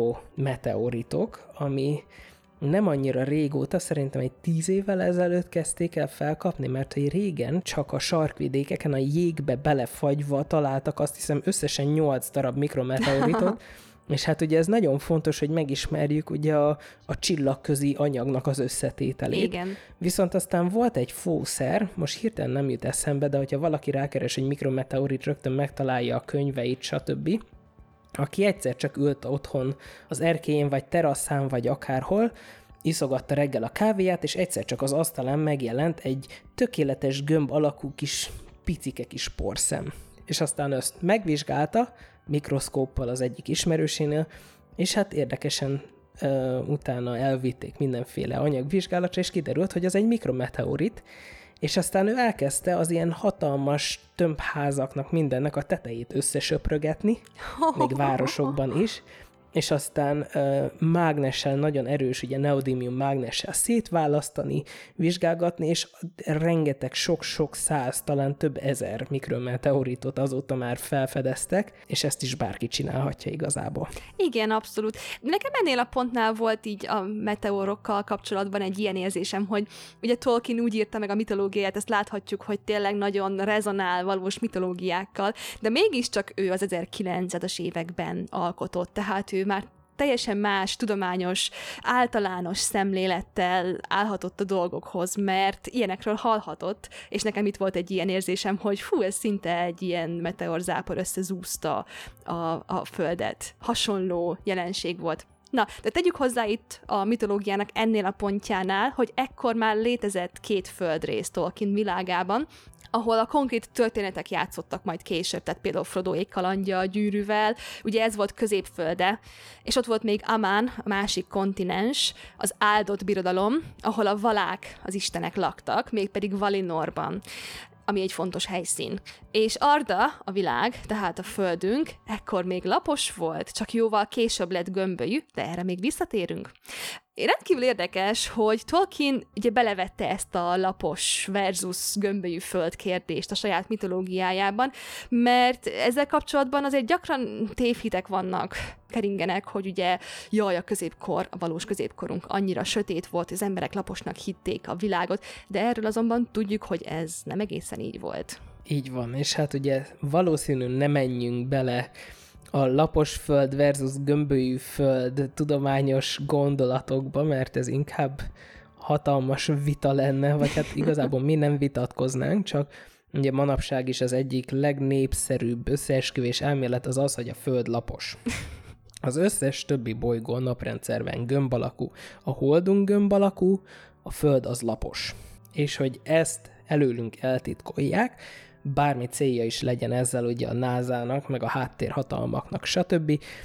mikrometeoritok, ami nem annyira régóta, szerintem egy tíz évvel ezelőtt kezdték el felkapni, mert hogy régen csak a sarkvidékeken a jégbe belefagyva találtak azt hiszem összesen nyolc darab mikrometeoritot, és hát ugye ez nagyon fontos, hogy megismerjük ugye a, a csillagközi anyagnak az összetételét. Igen. Viszont aztán volt egy fószer, most hirtelen nem jut eszembe, de hogyha valaki rákeres egy mikrometeorit, rögtön megtalálja a könyveit, stb., aki egyszer csak ült otthon az erkélyén, vagy teraszán, vagy akárhol, iszogatta reggel a kávéját, és egyszer csak az asztalán megjelent egy tökéletes gömb alakú kis picike kis porszem. És aztán ezt megvizsgálta mikroszkóppal az egyik ismerősénél, és hát érdekesen uh, utána elvitték mindenféle anyagvizsgálatra, és kiderült, hogy az egy mikrometeorit, és aztán ő elkezdte az ilyen hatalmas tömbházaknak mindennek a tetejét összesöprögetni, még városokban is, és aztán uh, mágnessel, nagyon erős, ugye neodímium mágnessel szétválasztani, vizsgálgatni, és rengeteg, sok-sok száz, talán több ezer mikrometeoritot azóta már felfedeztek, és ezt is bárki csinálhatja igazából. Igen, abszolút. Nekem ennél a pontnál volt így a meteorokkal kapcsolatban egy ilyen érzésem, hogy ugye Tolkien úgy írta meg a mitológiát, ezt láthatjuk, hogy tényleg nagyon rezonál valós mitológiákkal, de mégiscsak ő az ezerkilencszázas években alkotott, tehát ő már teljesen más, tudományos, általános szemlélettel állhatott a dolgokhoz, mert ilyenekről hallhatott, és nekem itt volt egy ilyen érzésem, hogy fú, ez szinte egy ilyen meteorzápor összezúzta a, a Földet. Hasonló jelenség volt. Na, de tegyük hozzá itt a mitológiának ennél a pontjánál, hogy ekkor már létezett két földrész Tolkien világában, ahol a konkrét történetek játszottak majd később, tehát például Frodoék kalandja a gyűrűvel, ugye ez volt Középfölde, és ott volt még Aman, a másik kontinens, az áldott birodalom, ahol a valák, az istenek laktak, mégpedig Valinorban, ami egy fontos helyszín. És Arda, a világ, tehát a földünk, ekkor még lapos volt, csak jóval később lett gömbölyű, de erre még visszatérünk. Rendkívül érdekes, hogy Tolkien ugye belevette ezt a lapos versus gömbölyű föld kérdést a saját mitológiájában, mert ezzel kapcsolatban azért gyakran tévhitek vannak, keringenek, hogy ugye jaj, a középkor, a valós középkorunk annyira sötét volt, az emberek laposnak hitték a világot, de erről azonban tudjuk, hogy ez nem egészen így volt. Így van, és hát ugye valószínűleg ne menjünk bele a lapos föld versus gömbölyű föld tudományos gondolatokba, mert ez inkább hatalmas vita lenne, vagy hát igazából mi nem vitatkoznánk, csak ugye manapság is az egyik legnépszerűbb összeesküvés elmélet az az, hogy a föld lapos. Az összes többi bolygó a naprendszerben gömb alakú, a holdunk gömb alakú, a föld az lapos. És hogy ezt előlünk eltitkolják, bármi célja is legyen ezzel ugye a nászának, meg a háttérhatalmaknak, stb.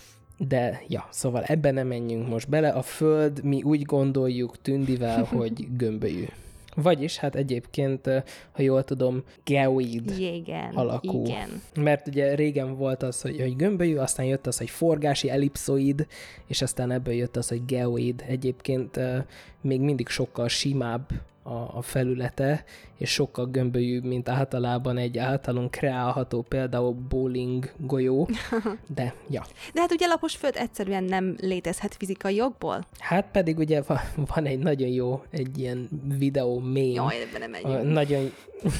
De, ja, szóval ebben nem menjünk most bele. A Föld, mi úgy gondoljuk Tündivel, hogy gömbölyű. Vagyis, hát egyébként, ha jól tudom, geoid igen, alakú. Igen. Mert ugye régen volt az, hogy, hogy gömbölyű, aztán jött az, hogy forgási, ellipszoid, és aztán ebből jött az, hogy geoid. Egyébként még mindig sokkal simább a, a felülete, és sokkal gömbölyűbb, mint általában egy általunk kreálható például bowling golyó, de ja. De hát ugye lapos föld egyszerűen nem létezhet fizikai jogból. Hát pedig ugye van, van egy nagyon jó, egy ilyen videó mém. Jaj, ebben nem megyünk. Nagyon,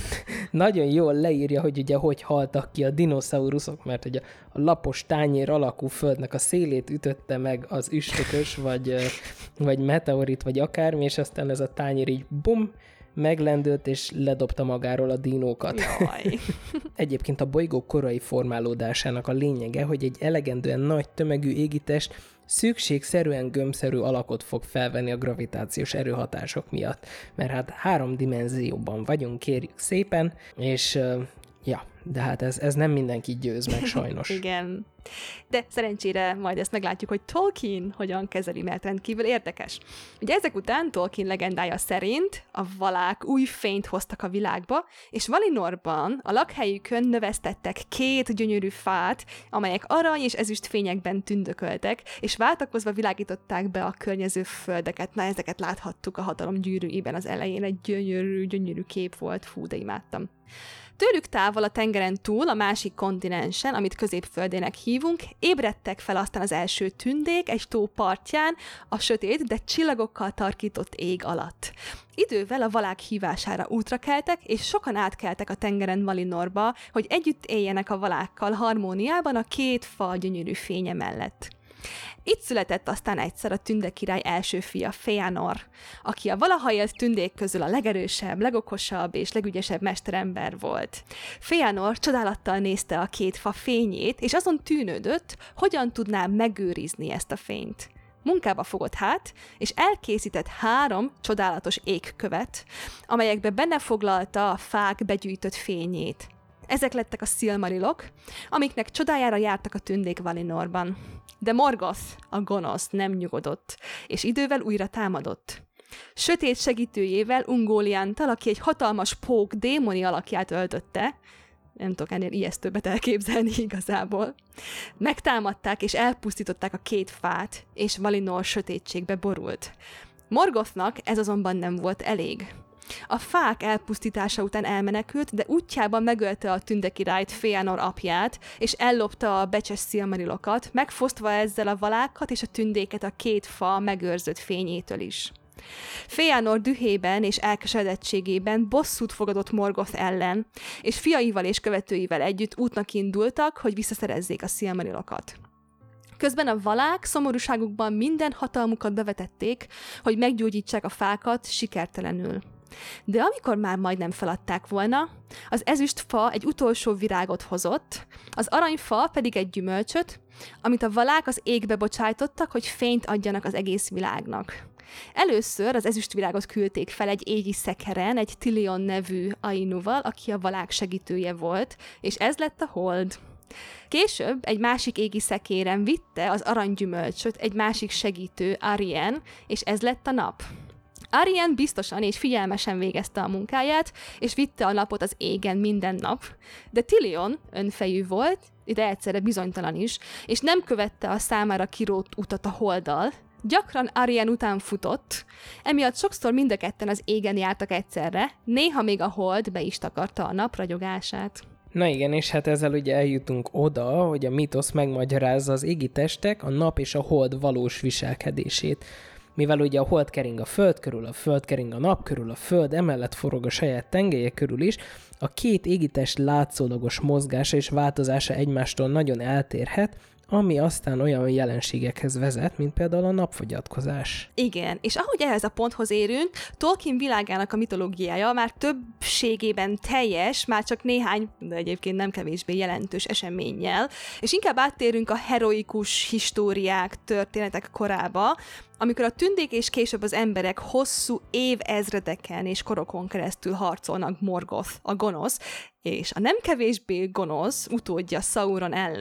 nagyon jól leírja, hogy ugye hogy haltak ki a dinoszauruszok, mert ugye a lapos tányér alakú földnek a szélét ütötte meg az üstökös, vagy, vagy meteorit, vagy akármi, és aztán ez a tányér így bum, meglendült, és ledobta magáról a dinókat. Jaj. Egyébként a bolygó korai formálódásának a lényege, hogy egy elegendően nagy tömegű égitest szükségszerűen gömbszerű alakot fog felvenni a gravitációs erőhatások miatt. Mert hát három dimenzióban vagyunk, kérjük szépen, és uh, ja, de hát ez, ez nem mindenki győz meg sajnos. Igen. De szerencsére majd ezt meglátjuk, hogy Tolkien hogyan kezeli, mert rendkívül érdekes. Ugye ezek után Tolkien legendája szerint a valák új fényt hoztak a világba, és Valinorban a lakhelyükön növesztettek két gyönyörű fát, amelyek arany és ezüst fényekben tündököltek, és váltakozva világították be a környező földeket. Na, ezeket láthattuk a hatalom gyűrűjében az elején, egy gyönyörű, gyönyörű kép volt, fú, de imádtam. Tőlük távol a tengeren túl, a másik kontinensen, amit Középföldének hívunk, ébredtek fel aztán az első tündék egy tó partján, a sötét, de csillagokkal tarkított ég alatt. Idővel a valák hívására útra keltek, és sokan átkeltek a tengeren Valinorba, hogy együtt éljenek a valákkal harmóniában a két fa gyönyörű fénye mellett. Itt született aztán egyszer a Tünde király első fia, Feanor, aki a valaha élt tündék közül a legerősebb, legokosabb és legügyesebb mesterember volt. Feanor csodálattal nézte a két fa fényét, és azon tűnődött, hogyan tudná megőrizni ezt a fényt. Munkába fogott hát, és elkészített három csodálatos égkövet, amelyekbe benne foglalta a fák begyűjtött fényét. Ezek lettek a Silmarilok, amiknek csodájára jártak a tündék Valinorban. De Morgoth, a gonosz nem nyugodott, és idővel újra támadott. Sötét segítőjével, Ungolianttal, aki egy hatalmas pók démoni alakját öltötte, nem tudok ennél ijesztőbbet elképzelni igazából, megtámadták és elpusztították a két fát, és Valinor sötétségbe borult. Morgothnak ez azonban nem volt elég. A fák elpusztítása után elmenekült, de útjában megölte a Tünde királyt, Feanor apját, és ellopta a becses Silmarilokat, megfosztva ezzel a valákat és a tündéket a két fa megőrzött fényétől is. Feanor dühében és elkeseredettségében bosszút fogadott Morgoth ellen, és fiaival és követőivel együtt útnak indultak, hogy visszaszerezzék a Silmarilokat. Közben a valák szomorúságukban minden hatalmukat bevetették, hogy meggyógyítsák a fákat sikertelenül. De amikor már majdnem feladták volna, az ezüstfa egy utolsó virágot hozott, az aranyfa pedig egy gyümölcsöt, amit a valák az égbe bocsájtottak, hogy fényt adjanak az egész világnak. Először az ezüstvirágot küldték fel egy égi szekeren, egy Tilion nevű Ainuval, aki a valák segítője volt, és ez lett a hold. Később egy másik égi szekéren vitte az aranygyümölcsöt egy másik segítő, Arien, és ez lett a nap. Arien biztosan és figyelmesen végezte a munkáját, és vitte a napot az égen minden nap, de Tilion önfejű volt, de egyszerre bizonytalan is, és nem követte a számára kirótt utat a holddal. Gyakran Arien után futott, emiatt sokszor mind a ketten az égen jártak egyszerre, néha még a hold be is takarta a nap ragyogását. Na igen, és hát ezzel ugye eljutunk oda, hogy a mítosz megmagyarázza az égi testek, a nap és a hold valós viselkedését. Mivel ugye a hold kering a föld körül, a föld kering a nap körül, a föld emellett forog a saját tengelye körül is, a két égitest látszólagos mozgása és változása egymástól nagyon eltérhet, ami aztán olyan jelenségekhez vezet, mint például a napfogyatkozás. Igen, és ahogy ehhez a ponthoz érünk, Tolkien világának a mitológiája már többségében teljes, már csak néhány, de egyébként nem kevésbé jelentős eseménnyel, és inkább áttérünk a heroikus históriák, történetek korába, amikor a tündék és később az emberek hosszú évezredeken és korokon keresztül harcolnak Morgoth, a gonosz, és a nem kevésbé gonosz utódja Sauron ellen,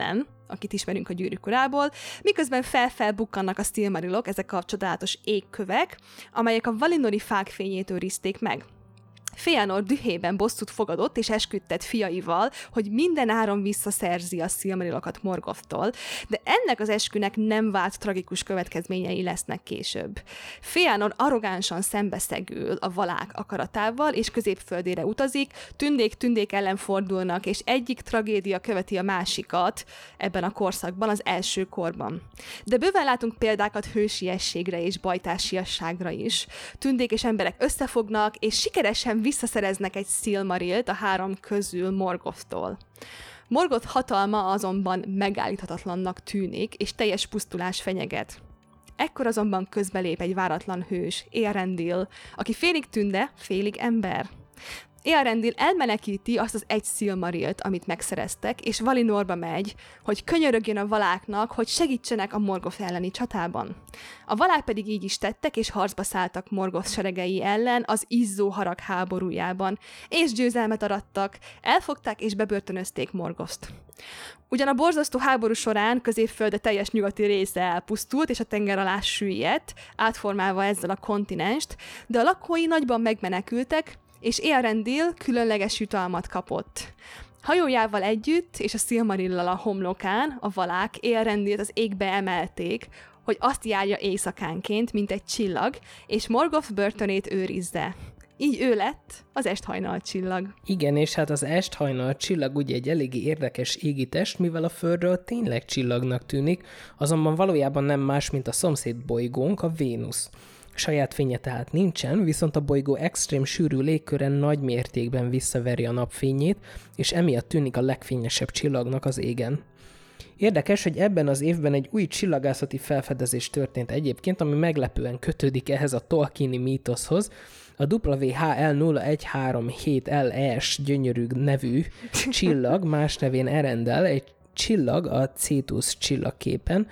akit ismerünk a Gyűrűk urából, miközben fel-felbukkannak a Silmarillok, ezek a csodálatos égkövek, amelyek a valinori fák fényét őrizték meg. Fëanor dühében bosszút fogadott és esküdtett fiaival, hogy minden áron visszaszerzi a Silmarillokat Morgothtól, de ennek az eskünek nem várt tragikus következményei lesznek később. Fëanor arrogánsan szembeszegül a valák akaratával, és Középföldére utazik, tündék-tündék ellen fordulnak, és egyik tragédia követi a másikat ebben a korszakban, az első korban. De bőven látunk példákat hősiességre és bajtársiasságra is. Tündék és emberek összefognak, és sikeresen visszaszereznek egy Silmarillt a három közül Morgothtól. Morgoth hatalma azonban megállíthatatlannak tűnik, és teljes pusztulás fenyeget. Ekkor azonban közbelép egy váratlan hős, Eärendil, aki félig tünde, félig ember. Eärendil elmenekíti azt az egy Silmarillt, amit megszereztek, és Valinorba megy, hogy könyörögjön a valáknak, hogy segítsenek a Morgoth elleni csatában. A valák pedig így is tettek, és harcba szálltak Morgoth seregei ellen az izzó harag háborújában, és győzelmet arattak, elfogták és bebörtönözték Morgotht. Ugyan a borzasztó háború során Középfölde teljes nyugati része elpusztult, és a tenger alá süllyedt, átformálva ezzel a kontinenst, de a lakói nagyban megmenekültek, és Eärendil különleges jutalmat kapott. Hajójával együtt, és a Silmarillal a homlokán, a valák Eärendillt az égbe emelték, hogy azt járja éjszakánként, mint egy csillag, és Morgoth börtönét őrizze. Így ő lett az esthajnal csillag. Igen, és hát az esthajnal csillag ugye egy eléggé érdekes égitest, mivel a Földről tényleg csillagnak tűnik, azonban valójában nem más, mint a szomszéd bolygónk, a Vénusz. Saját fénye tehát nincsen, viszont a bolygó extrém sűrű légköre nagy mértékben visszaveri a napfényét, és emiatt tűnik a legfényesebb csillagnak az égen. Érdekes, hogy ebben az évben egy új csillagászati felfedezés történt egyébként, ami meglepően kötődik ehhez a Tolkieni mítoszhoz. A W H L nulla egy három hét L S gyönyörű nevű csillag, más nevén Eärendil, egy csillag a Cetus csillagképen.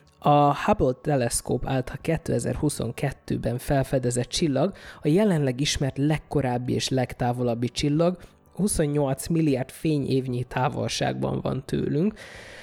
A Hubble teleszkóp által kétezer-huszonkettőben felfedezett csillag a jelenleg ismert legkorábbi és legtávolabbi csillag, huszonnyolc milliárd fényévnyi távolságban van tőlünk.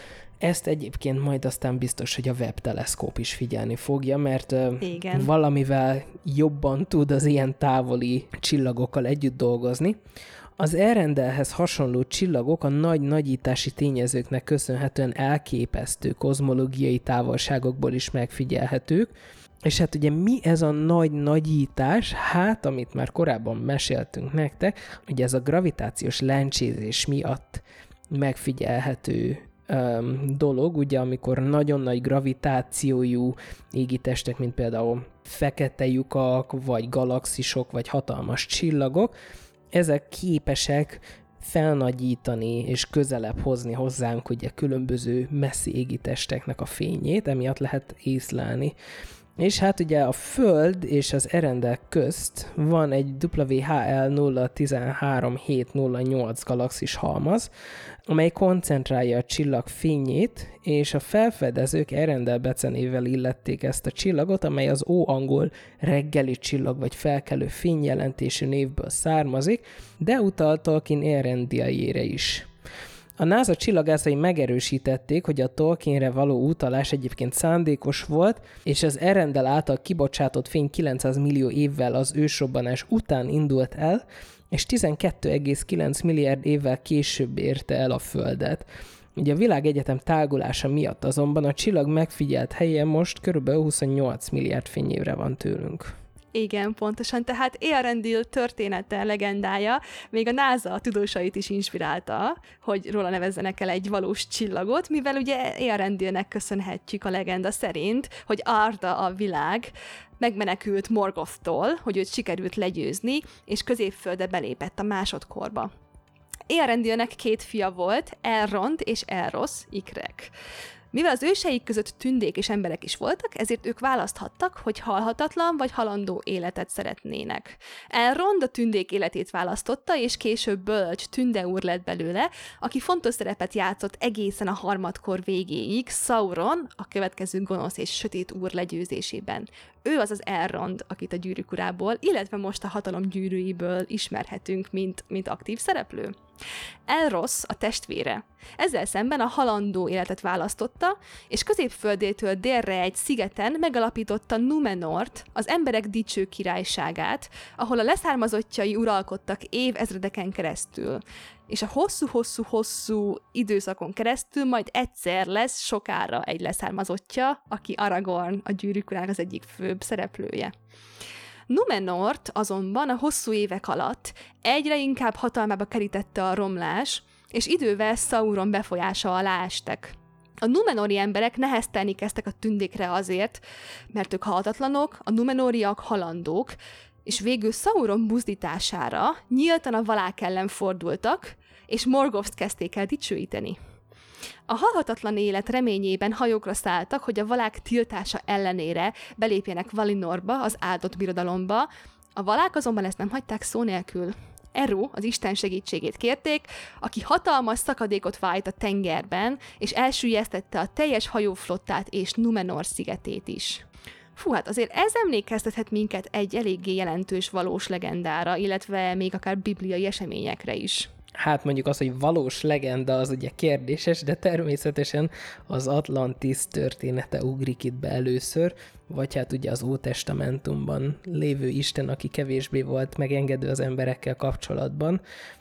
Ezt egyébként majd aztán biztos, hogy a Webb teleszkóp is figyelni fogja, mert Igen. valamivel jobban tud az ilyen távoli csillagokkal együtt dolgozni. Az Eärendilhez hasonló csillagok a nagy nagyítási tényezőknek köszönhetően elképesztő kozmológiai távolságokból is megfigyelhetők, és hát ugye mi ez a nagy nagyítás? Hát, amit már korábban meséltünk nektek, ugye ez a gravitációs lencsézés miatt megfigyelhető öm, dolog, ugye amikor nagyon nagy gravitációjú égitestek, mint például fekete lyukak, vagy galaxisok, vagy hatalmas csillagok, ezek képesek felnagyítani és közelebb hozni hozzánk ugye különböző messzi égitesteknek a fényét, emiatt lehet észlelni. És hát ugye a Föld és az Eärendil közt van egy W H L nulla egy három hét nulla nyolc galaxis halmaz, amely koncentrálja a csillag fényét, és a felfedezők Eärendil becenével illették ezt a csillagot, amely az óangol reggeli csillag vagy felkelő fényjelentésű névből származik, de utal Tolkien Eärendiljére is. A NASA csillagászai megerősítették, hogy a Tolkienre való utalás egyébként szándékos volt, és az Eärendil által kibocsátott fény kilencszáz millió évvel az ősrobbanás után indult el, és tizenkét egész kilenc milliárd évvel később érte el a Földet. Ugye a világegyetem tágulása miatt azonban a csillag megfigyelt helye most körülbelül huszonnyolc milliárd fényévre van tőlünk. Igen, pontosan. Tehát Eärendil története, legendája még a NASA a tudósait is inspirálta, hogy róla nevezzenek el egy valós csillagot, mivel ugye Eärendilnek köszönhetjük a legenda szerint, hogy Arda a világ megmenekült Morgothtól, hogy őt sikerült legyőzni, és Középföldre belépett a másodkorba. Eärendilnek két fia volt, Elrond és Elros, ikrek. Mivel az őseik között tündék és emberek is voltak, ezért ők választhattak, hogy halhatatlan vagy halandó életet szeretnének. Elrond a tündék életét választotta, és később bölcs tündeúr lett belőle, aki fontos szerepet játszott egészen a harmadkor végéig Sauron, a következő gonosz és sötét úr legyőzésében. ő az az Elrond, akit a Gyűrűk urából, illetve most a Hatalom gyűrűiből ismerhetünk, mint, mint aktív szereplő. Elros a testvére. Ezzel szemben a halandó életet választotta, és Középföldétől délre egy szigeten megalapította Numenort, az emberek dicső királyságát, ahol a leszármazottjai uralkodtak évezredeken keresztül. És a hosszú-hosszú-hosszú időszakon keresztül majd egyszer lesz sokára egy leszármazottja, aki Aragorn, a Gyűrűk urának az egyik főbb szereplője. Numenort azonban a hosszú évek alatt egyre inkább hatalmába kerítette a romlás, és idővel Sauron befolyása alá estek. A numenori emberek neheztelni kezdtek a tündékre azért, mert ők halhatatlanok, a numenoriak halandók, és végül Sauron buzdítására nyíltan a valák ellen fordultak, és Morgotht kezdték el dicsőíteni. A halhatatlan élet reményében hajókra szálltak, hogy a valák tiltása ellenére belépjenek Valinorba, az áldott birodalomba, a valák azonban ezt nem hagyták szó nélkül. Eru, az Isten segítségét kérték, aki hatalmas szakadékot vájt a tengerben, és elsüllyesztette a teljes hajóflottát és Numenor szigetét is. Fú, hát azért ez emlékeztethet minket egy eléggé jelentős valós legendára, illetve még akár bibliai eseményekre is. Hát mondjuk az, hogy valós legenda, az ugye kérdéses, de természetesen az Atlantis története ugrik itt be először, vagy hát ugye az Ótestamentumban lévő Isten, aki kevésbé volt megengedő az emberekkel kapcsolatban,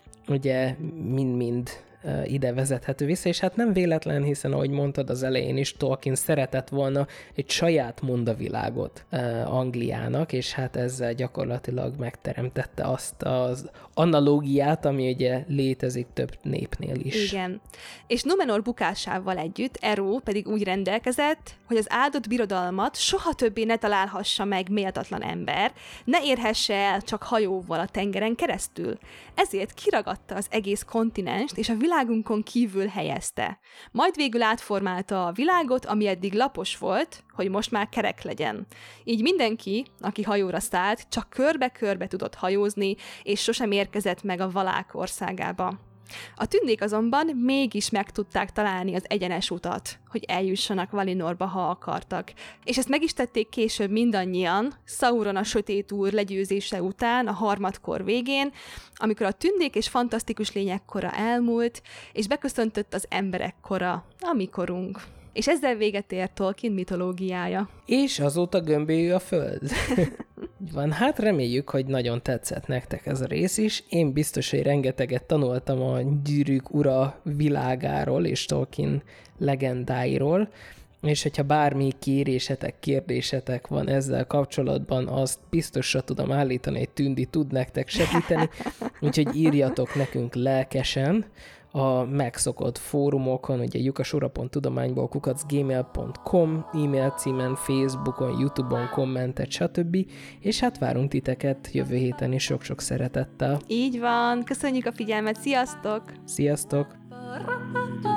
ugye mind-mind ide vezethető vissza, és hát nem véletlen, hiszen ahogy mondtad az elején is, Tolkien szeretett volna egy saját mondavilágot uh, Angliának, és hát ezzel gyakorlatilag megteremtette azt az analógiát, ami ugye létezik több népnél is. Igen. És Numenor bukásával együtt Eru pedig úgy rendelkezett, hogy az áldott birodalmat soha többé ne találhassa meg méltatlan ember, ne érhesse el csak hajóval a tengeren keresztül. Ezért kiragadta az egész kontinenst, és a világunkon kívül helyezte. Majd végül átformálta a világot, ami eddig lapos volt, hogy most már kerek legyen. Így mindenki, aki hajóra szállt, csak körbe-körbe tudott hajózni, és sosem érkezett meg a valák országába. A tündék azonban mégis meg tudták találni az egyenes utat, hogy eljussanak Valinorba, ha akartak. És ezt meg is tették később mindannyian, Sauron a sötét úr legyőzése után, a harmadkor végén, amikor a tündék és fantasztikus lények kora elmúlt, és beköszöntött az emberek kora, a mi korunk. És ezzel véget ért Tolkien mitológiája. És azóta gömbélyű a föld. Van, hát reméljük, hogy nagyon tetszett nektek ez a rész is. Én biztos, hogy rengeteget tanultam a Gyűrűk ura világáról és Tolkien legendáiról, és hogyha bármi kérésetek, kérdésetek van ezzel kapcsolatban, azt biztosra tudom állítani, hogy Tündi tud nektek segíteni, úgyhogy írjatok nekünk lelkesen a megszokott fórumokon, ugye lyukasura pont tudományból kukac gmail pont com, e-mail címen, Facebookon, YouTube-on, kommentet, stb. És hát várunk titeket jövő héten is sok-sok szeretettel. Így van, köszönjük a figyelmet, sziasztok! Sziasztok!